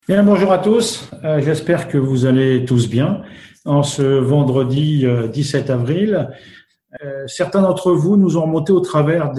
Bien, bonjour à tous. J'espère que vous allez tous bien. En ce vendredi 17 avril, certains d'entre vous nous ont remonté au travers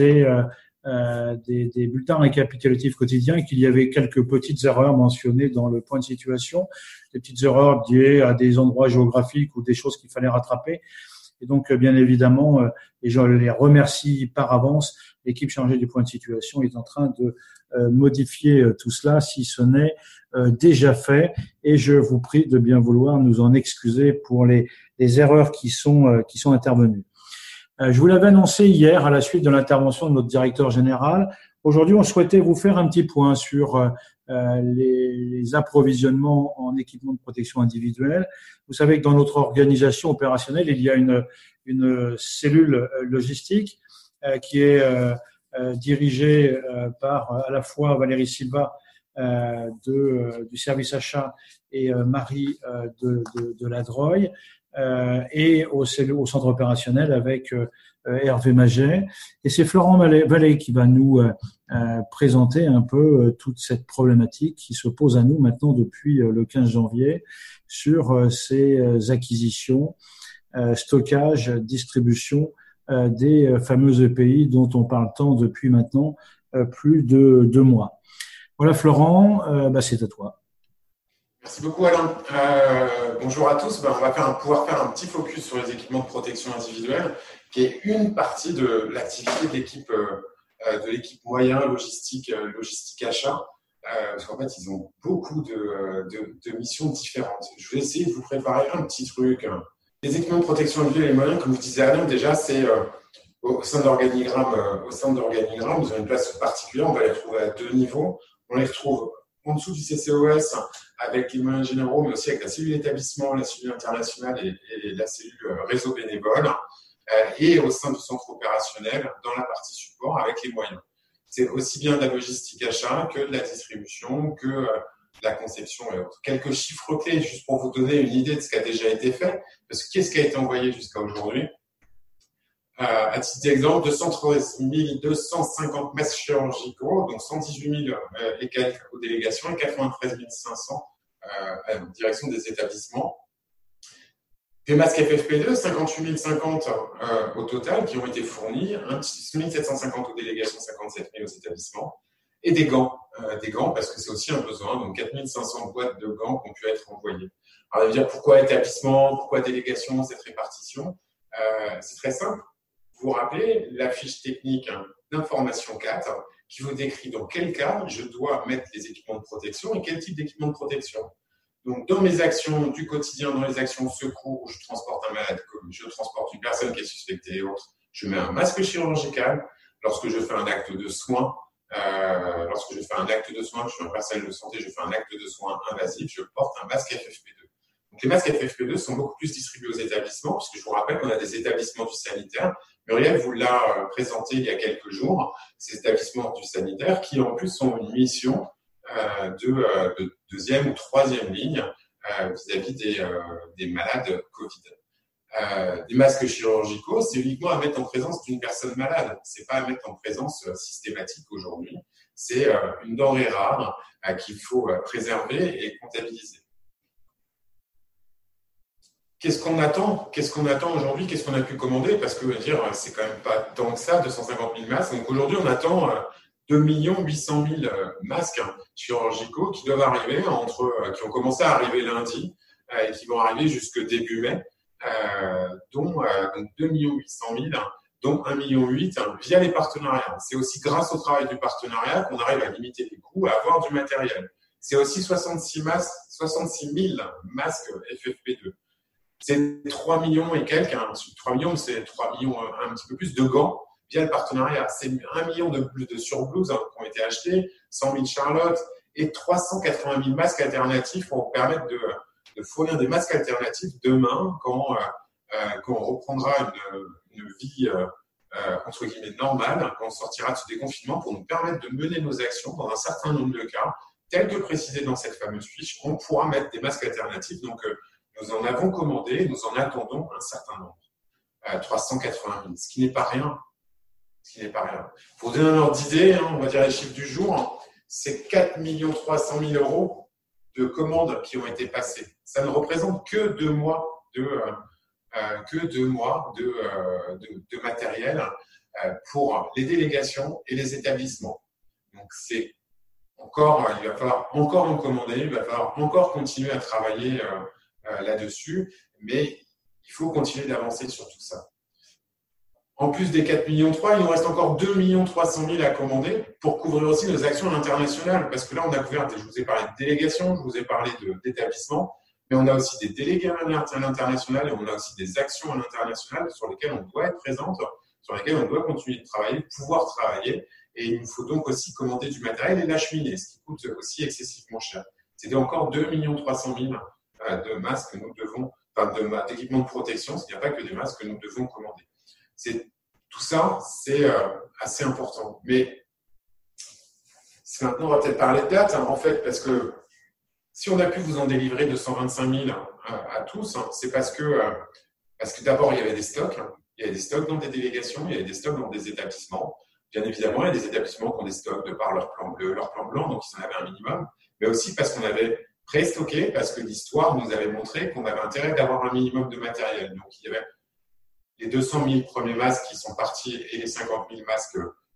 des bulletins récapitulatifs quotidiens qu'il y avait quelques petites erreurs mentionnées dans le point de situation, des petites erreurs liées à des endroits géographiques ou des choses qu'il fallait rattraper. Et donc, bien évidemment, et je les remercie par avance, l'équipe chargée du point de situation est en train de modifier tout cela, si ce n'est déjà fait. Et je vous prie de bien vouloir nous en excuser pour les erreurs qui sont intervenues. Je vous l'avais annoncé hier à la suite de l'intervention de notre directeur général. Aujourd'hui, on souhaitait vous faire un petit point sur les approvisionnements en équipements de protection individuelle. Vous savez que dans notre organisation opérationnelle, il y a une cellule logistique qui est dirigée par à la fois Valérie Silva du service achat et Marie de la Droye, et au centre opérationnel avec Hervé Maget. Et c'est Florent Vallée qui va nous présenter un peu toute cette problématique qui se pose à nous maintenant depuis le 15 janvier sur ces acquisitions, stockage, distribution des fameux EPI dont on parle tant depuis maintenant plus de 2 mois. Voilà Florent, c'est à toi. Merci beaucoup Alain. Bonjour à tous. On va pouvoir faire un petit focus sur les équipements de protection individuelle, qui est une partie de l'activité de l'équipe moyen logistique achat, parce qu'en fait ils ont beaucoup de missions différentes. Je vais essayer de vous préparer un petit truc. Les équipements de protection individuelle et moyens, comme vous disiez Alain, déjà c'est au sein de l'organigramme, ils ont une place particulière. On va les retrouver à 2 niveaux. On les retrouve en dessous du CCOS avec les moyens généraux, mais aussi avec la cellule établissement, la cellule internationale et la cellule réseau bénévole, et au sein du centre opérationnel dans la partie support avec les moyens. C'est aussi bien de la logistique achat que de la distribution, que de la conception et autres. Quelques chiffres clés, juste pour vous donner une idée de ce qui a déjà été fait, parce que qu'est-ce qui a été envoyé jusqu'à aujourd'hui? À titre d'exemple, 213 250 masques chirurgicaux, donc 118 000 et quelques aux délégations et 93 500 à la direction des établissements. Des masques FFP2, 58 050 au total qui ont été fournis, 6 750 aux délégations, 57 000 aux établissements, et des gants parce que c'est aussi un besoin, donc 4 500 boîtes de gants qui ont pu être envoyées. Alors, on va dire pourquoi établissement, pourquoi délégation, cette répartition? C'est très simple. Vous vous rappelez la fiche technique d'information 4 qui vous décrit dans quel cas je dois mettre les équipements de protection et quel type d'équipement de protection. Donc, dans mes actions du quotidien, dans les actions secours où je transporte un malade, je transporte une personne qui est suspectée et autres, je mets un masque chirurgical. Lorsque je fais un acte de soin, je suis un personnel de santé, je fais un acte de soin invasif, je porte un masque FFP2. Donc, les masques FFP2 sont beaucoup plus distribués aux établissements, parce que je vous rappelle qu'on a des établissements du sanitaire. Muriel vous l'a présenté il y a quelques jours, ces établissements du sanitaire qui, en plus, ont une mission de deuxième ou troisième ligne vis-à-vis des malades Covid. Des masques chirurgicaux, c'est uniquement à mettre en présence d'une personne malade. C'est pas à mettre en présence systématique aujourd'hui. C'est une denrée rare qu'il faut préserver et comptabiliser. Qu'est-ce qu'on attend aujourd'hui? Qu'est-ce qu'on a pu commander? Parce que c'est quand même pas tant que ça, 250 000 masques. Donc aujourd'hui, on attend 2 800 000 masques chirurgicaux qui doivent arriver qui ont commencé à arriver lundi et qui vont arriver jusque début mai, donc 2 800 000, dont 1,8 million via les partenariats. C'est aussi grâce au travail du partenariat qu'on arrive à limiter les coûts, à avoir du matériel. C'est aussi 66 000 masques FFP2. C'est 3 millions et quelques, 3 millions, c'est 3 millions un petit peu plus de gants via le partenariat. C'est 1 million de surblouses qui ont été achetés, 100 000 charlottes et 380 000 masques alternatifs pour permettre de fournir des masques alternatifs demain quand on reprendra une vie entre guillemets normale, quand on sortira de ce déconfinement pour nous permettre de mener nos actions dans un certain nombre de cas, tel que précisé dans cette fameuse fiche. On pourra mettre des masques alternatifs. Donc, nous en avons commandé, nous en attendons un certain nombre, 380 000, ce qui n'est pas rien. Pour donner un ordre d'idée, on va dire les chiffres du jour, c'est 4 300 000 euros de commandes qui ont été passées. Ça ne représente que 2 mois de matériel pour les délégations et les établissements. Donc, il va falloir encore en commander, il va falloir encore continuer à travailler là-dessus, mais il faut continuer d'avancer sur tout ça. En plus des 4,3 millions, il nous reste encore 2,3 millions à commander pour couvrir aussi nos actions à l'international. Parce que là, on a couvert, je vous ai parlé de délégations, je vous ai parlé d'établissements, mais on a aussi des délégués à l'international et on a aussi des actions à l'international sur lesquelles on doit être présente, sur lesquelles on doit continuer de travailler, pouvoir travailler. Et il nous faut donc aussi commander du matériel et l'acheminer, ce qui coûte aussi excessivement cher. C'était encore 2,3 millions de masques que nous devons, d'équipements de protection, il n'y a pas que des masques que nous devons commander. Tout ça, c'est assez important. Mais maintenant, on va peut-être parler de date, en fait, parce que si on a pu vous en délivrer 225 000 à tous, c'est parce que d'abord, il y avait des stocks. Il y avait des stocks dans des délégations, il y avait des stocks dans des établissements. Bien évidemment, il y a des établissements qui ont des stocks de par leur plan bleu, leur plan blanc, donc ils en avaient un minimum. Mais aussi parce qu'on avait pré-stocké, parce que l'histoire nous avait montré qu'on avait intérêt d'avoir un minimum de matériel. Donc, il y avait les 200 000 premiers masques qui sont partis et les 50 000 masques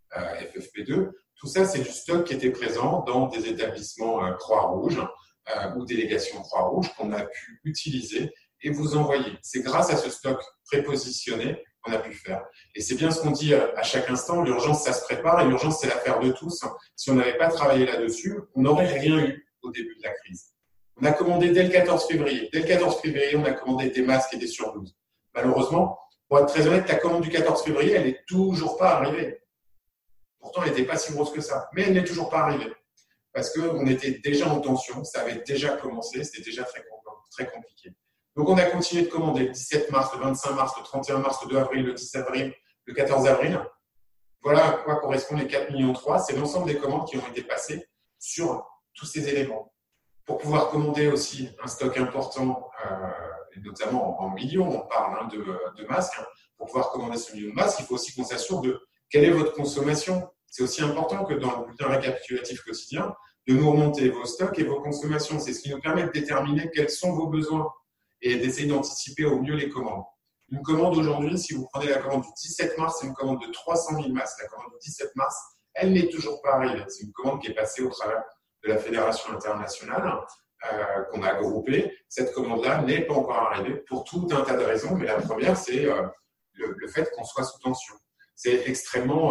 FFP2. Tout ça, c'est du stock qui était présent dans des établissements Croix-Rouge ou délégations Croix-Rouge qu'on a pu utiliser et vous envoyer. C'est grâce à ce stock prépositionné qu'on a pu le faire. Et c'est bien ce qu'on dit à chaque instant, l'urgence, ça se prépare et l'urgence, c'est l'affaire de tous. Si on n'avait pas travaillé là-dessus, on n'aurait rien eu au début de la crise. On a commandé dès le 14 février. Dès le 14 février, on a commandé des masques et des surblouses. Malheureusement, pour être très honnête, la commande du 14 février, elle n'est toujours pas arrivée. Pourtant, elle n'était pas si grosse que ça, mais elle n'est toujours pas arrivée. Parce qu'on était déjà en tension, ça avait déjà commencé, c'était déjà très compliqué. Donc, on a continué de commander le 17 mars, le 25 mars, le 31 mars, le 2 avril, le 10 avril, le 14 avril. Voilà à quoi correspondent les 4,3 millions. C'est l'ensemble des commandes qui ont été passées sur tous ces éléments. Pour pouvoir commander aussi un stock important, et notamment en millions, on parle de masques. Pour pouvoir commander ce million de masques, il faut aussi qu'on s'assure de quelle est votre consommation. C'est aussi important que dans le bulletin récapitulatif quotidien, de nous remonter vos stocks et vos consommations. C'est ce qui nous permet de déterminer quels sont vos besoins et d'essayer d'anticiper au mieux les commandes. Une commande aujourd'hui, si vous prenez la commande du 17 mars, c'est une commande de 300 000 masques. La commande du 17 mars, elle n'est toujours pas arrivée. C'est une commande qui est passée au travers de la Fédération internationale qu'on a groupée. Cette commande-là n'est pas encore arrivée pour tout un tas de raisons, mais la première, c'est le fait qu'on soit sous tension. C'est extrêmement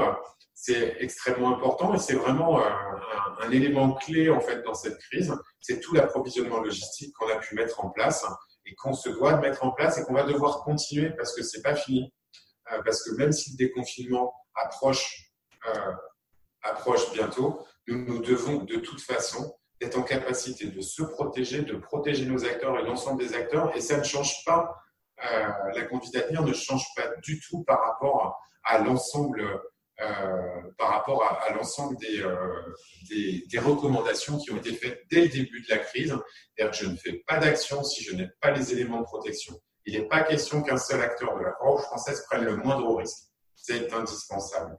important et c'est vraiment un élément clé en fait dans cette crise. C'est tout l'approvisionnement logistique qu'on a pu mettre en place et qu'on se doit de mettre en place et qu'on va devoir continuer parce que c'est pas fini. Parce que même si le déconfinement approche bientôt, nous devons de toute façon être en capacité de se protéger, de protéger nos acteurs et l'ensemble des acteurs. Et ça ne change pas, la conduite à tenir ne change pas du tout par rapport à l'ensemble des recommandations qui ont été faites dès le début de la crise. C'est-à-dire que je ne fais pas d'action si je n'ai pas les éléments de protection. Il n'est pas question qu'un seul acteur de la Croix-Rouge française prenne le moindre risque. C'est indispensable.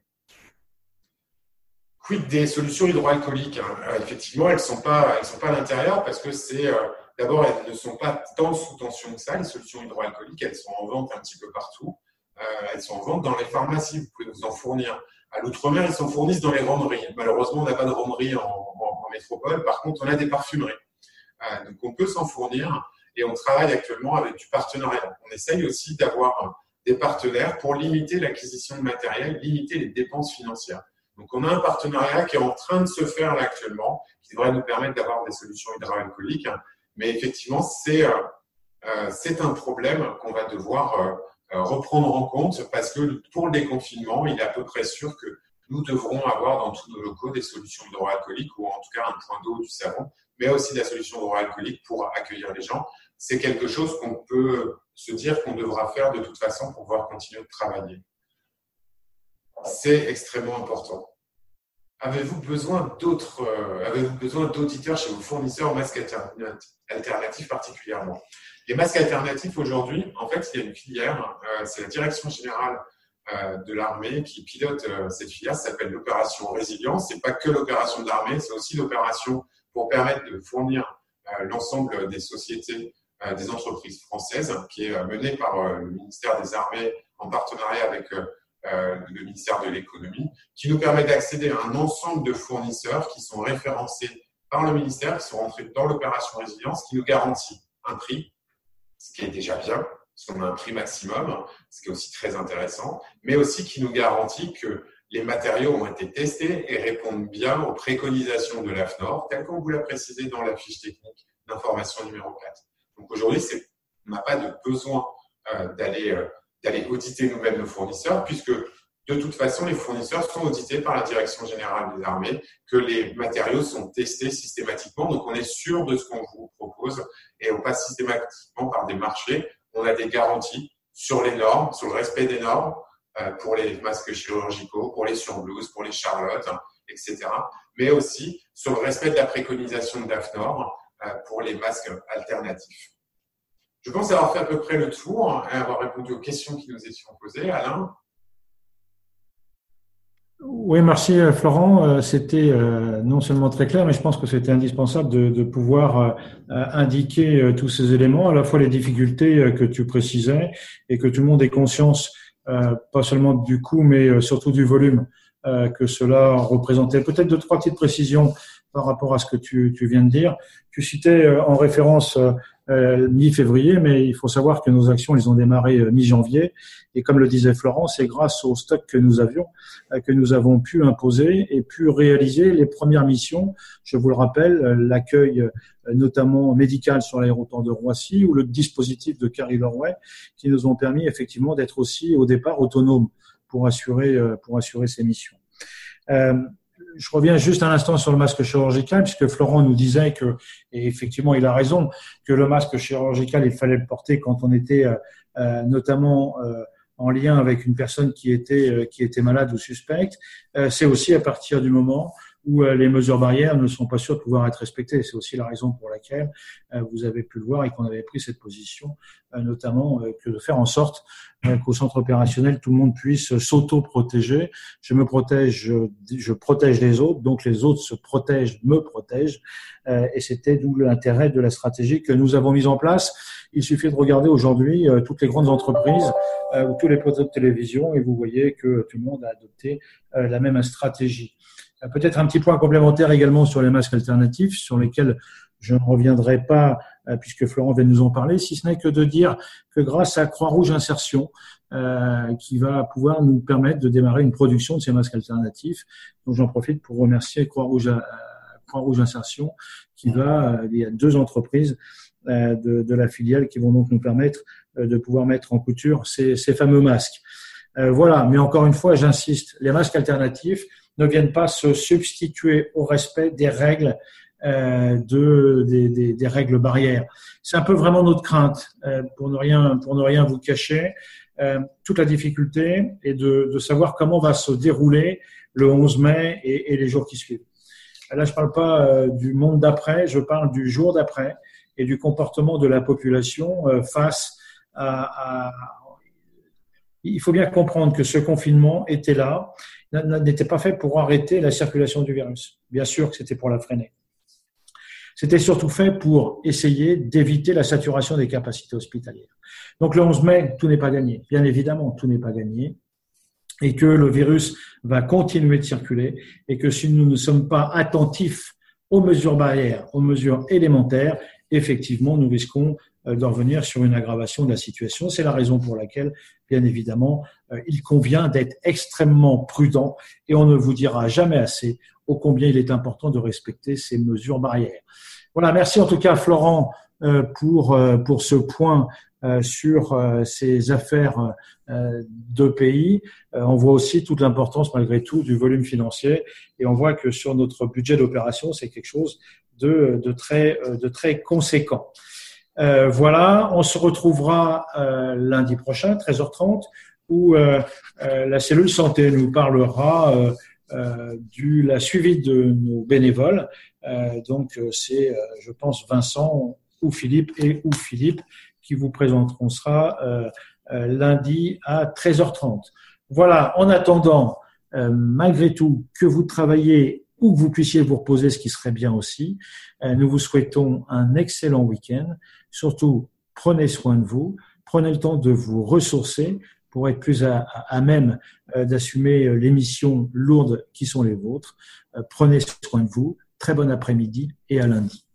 Quid des solutions hydroalcooliques? Effectivement, elles sont pas à l'intérieur parce que d'abord, elles ne sont pas tant sous tension que ça. Les solutions hydroalcooliques, elles sont en vente un petit peu partout. Elles sont en vente dans les pharmacies. Vous pouvez vous en fournir. À l'outre-mer, ils s'en fournissent dans les romeries. Malheureusement, on n'a pas de romerie en métropole. Par contre, on a des parfumeries. Donc, on peut s'en fournir et on travaille actuellement avec du partenariat. On essaye aussi d'avoir des partenaires pour limiter l'acquisition de matériel, limiter les dépenses financières. Donc, on a un partenariat qui est en train de se faire là actuellement, qui devrait nous permettre d'avoir des solutions hydroalcooliques. Mais effectivement, c'est un problème qu'on va devoir reprendre en compte parce que pour le déconfinement, il est à peu près sûr que nous devrons avoir dans tous nos locaux des solutions hydroalcooliques ou en tout cas un point d'eau, du savon, mais aussi de la solution hydroalcoolique pour accueillir les gens. C'est quelque chose qu'on peut se dire qu'on devra faire de toute façon pour pouvoir continuer de travailler. C'est extrêmement important. Avez-vous besoin d'auditeurs chez vos fournisseurs masques alternatifs particulièrement? Les masques alternatifs aujourd'hui, en fait, il y a une filière, c'est la Direction générale de l'armée qui pilote cette filière, ça s'appelle l'opération Résilience. C'est pas que l'opération de l'armée, c'est aussi l'opération pour permettre de fournir l'ensemble des sociétés, des entreprises françaises, qui est menée par le ministère des Armées en partenariat avec le ministère de l'Économie, qui nous permet d'accéder à un ensemble de fournisseurs qui sont référencés par le ministère, qui sont rentrés dans l'opération résilience, qui nous garantit un prix, ce qui est déjà bien, parce qu'on a un prix maximum, ce qui est aussi très intéressant, mais aussi qui nous garantit que les matériaux ont été testés et répondent bien aux préconisations de l'AFNOR, telles qu'on vous l'a précisé dans la fiche technique d'information numéro 4. Donc aujourd'hui, on n'a pas de besoin d'aller auditer nous-mêmes nos fournisseurs, puisque de toute façon, les fournisseurs sont audités par la Direction générale des armées, que les matériaux sont testés systématiquement. Donc, on est sûr de ce qu'on vous propose et on passe systématiquement par des marchés. On a des garanties sur les normes, sur le respect des normes pour les masques chirurgicaux, pour les surblouses, pour les charlottes, etc. Mais aussi sur le respect de la préconisation de l'AFNOR pour les masques alternatifs. Je pense avoir fait à peu près le tour et avoir répondu aux questions qui nous étaient posées. Alain ? Oui, merci Florent. C'était non seulement très clair, mais je pense que c'était indispensable de pouvoir indiquer tous ces éléments, à la fois les difficultés que tu précisais et que tout le monde ait conscience, pas seulement du coût, mais surtout du volume que cela représentait. Peut-être 2-3 petites précisions par rapport à ce que tu viens de dire. Tu citais en référence mi-février, mais il faut savoir que nos actions, elles ont démarré mi-janvier. Et comme le disait Florent, c'est grâce au stock que nous avions que nous avons pu imposer et pu réaliser les premières missions. Je vous le rappelle, l'accueil notamment médical sur l'aéroport de Roissy ou le dispositif de Carry-Lorway qui nous ont permis effectivement d'être aussi au départ autonomes pour assurer ces missions. Je reviens juste un instant sur le masque chirurgical, puisque Florent nous disait que, et effectivement il a raison, que le masque chirurgical, il fallait le porter quand on était notamment en lien avec une personne qui était malade ou suspecte. C'est aussi à partir du moment où les mesures barrières ne sont pas sûres de pouvoir être respectées. C'est aussi la raison pour laquelle vous avez pu le voir et qu'on avait pris cette position, notamment que de faire en sorte qu'au centre opérationnel, tout le monde puisse s'auto-protéger. Je me protège, je protège les autres, donc les autres se protègent, me protègent. Et c'était d'où l'intérêt de la stratégie que nous avons mise en place. Il suffit de regarder aujourd'hui toutes les grandes entreprises ou tous les plateaux de télévision et vous voyez que tout le monde a adopté la même stratégie. Peut-être un petit point complémentaire également sur les masques alternatifs, sur lesquels je ne reviendrai pas puisque Florent vient de nous en parler, si ce n'est que de dire que grâce à Croix-Rouge Insertion, qui va pouvoir nous permettre de démarrer une production de ces masques alternatifs. Donc j'en profite pour remercier Croix-Rouge Insertion, il y a 2 entreprises de la filiale qui vont donc nous permettre de pouvoir mettre en couture ces fameux masques. Voilà, mais encore une fois, j'insiste, les masques alternatifs ne viennent pas se substituer au respect des règles des règles barrières. C'est un peu vraiment notre crainte pour ne rien vous cacher. Toute la difficulté est de savoir comment va se dérouler le 11 mai et les jours qui suivent. Là, je parle pas du monde d'après, je parle du jour d'après et du comportement de la population face à il faut bien comprendre que ce confinement était là, n'était pas fait pour arrêter la circulation du virus. Bien sûr que c'était pour la freiner. C'était surtout fait pour essayer d'éviter la saturation des capacités hospitalières. Donc le 11 mai, tout n'est pas gagné. Bien évidemment, tout n'est pas gagné. Et que le virus va continuer de circuler et que si nous ne sommes pas attentifs aux mesures barrières, aux mesures élémentaires, effectivement, nous risquons de revenir sur une aggravation de la situation. C'est la raison pour laquelle, bien évidemment, il convient d'être extrêmement prudent et on ne vous dira jamais assez ô combien il est important de respecter ces mesures barrières. Voilà, merci en tout cas Florent pour ce point sur ces affaires de pays. On voit aussi toute l'importance malgré tout du volume financier et on voit que sur notre budget d'opération, c'est quelque chose de très conséquent. Voilà, on se retrouvera lundi prochain, 13h30, où la cellule santé nous parlera du la suivi de nos bénévoles. Donc c'est, je pense, Vincent ou Philippe qui vous présenteront ça lundi à 13h30. Voilà, en attendant, malgré tout, que vous travaillez ou que vous puissiez vous reposer, ce qui serait bien aussi. Nous vous souhaitons un excellent week-end. Surtout, prenez soin de vous, prenez le temps de vous ressourcer pour être plus à même d'assumer les missions lourdes qui sont les vôtres. Prenez soin de vous. Très bon après-midi et à lundi.